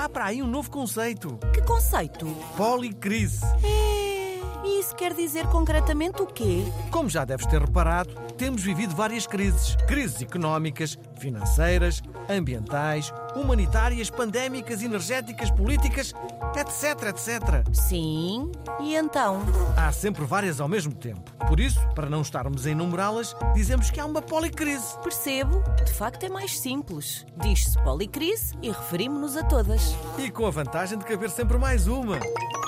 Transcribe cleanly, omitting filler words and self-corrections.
há para aí um novo conceito. Que conceito? Policrise. E isso quer dizer concretamente o quê? Como já deves ter reparado, temos vivido várias crises. Crises económicas, financeiras, ambientais, humanitárias, pandémicas, energéticas, políticas, etc. Sim, e então? Há sempre várias ao mesmo tempo. Por isso, para não estarmos a enumerá-las, dizemos que há uma policrise. Percebo, de facto é mais simples. Diz-se policrise e referimos-nos a todas. E com a vantagem de caber sempre mais uma.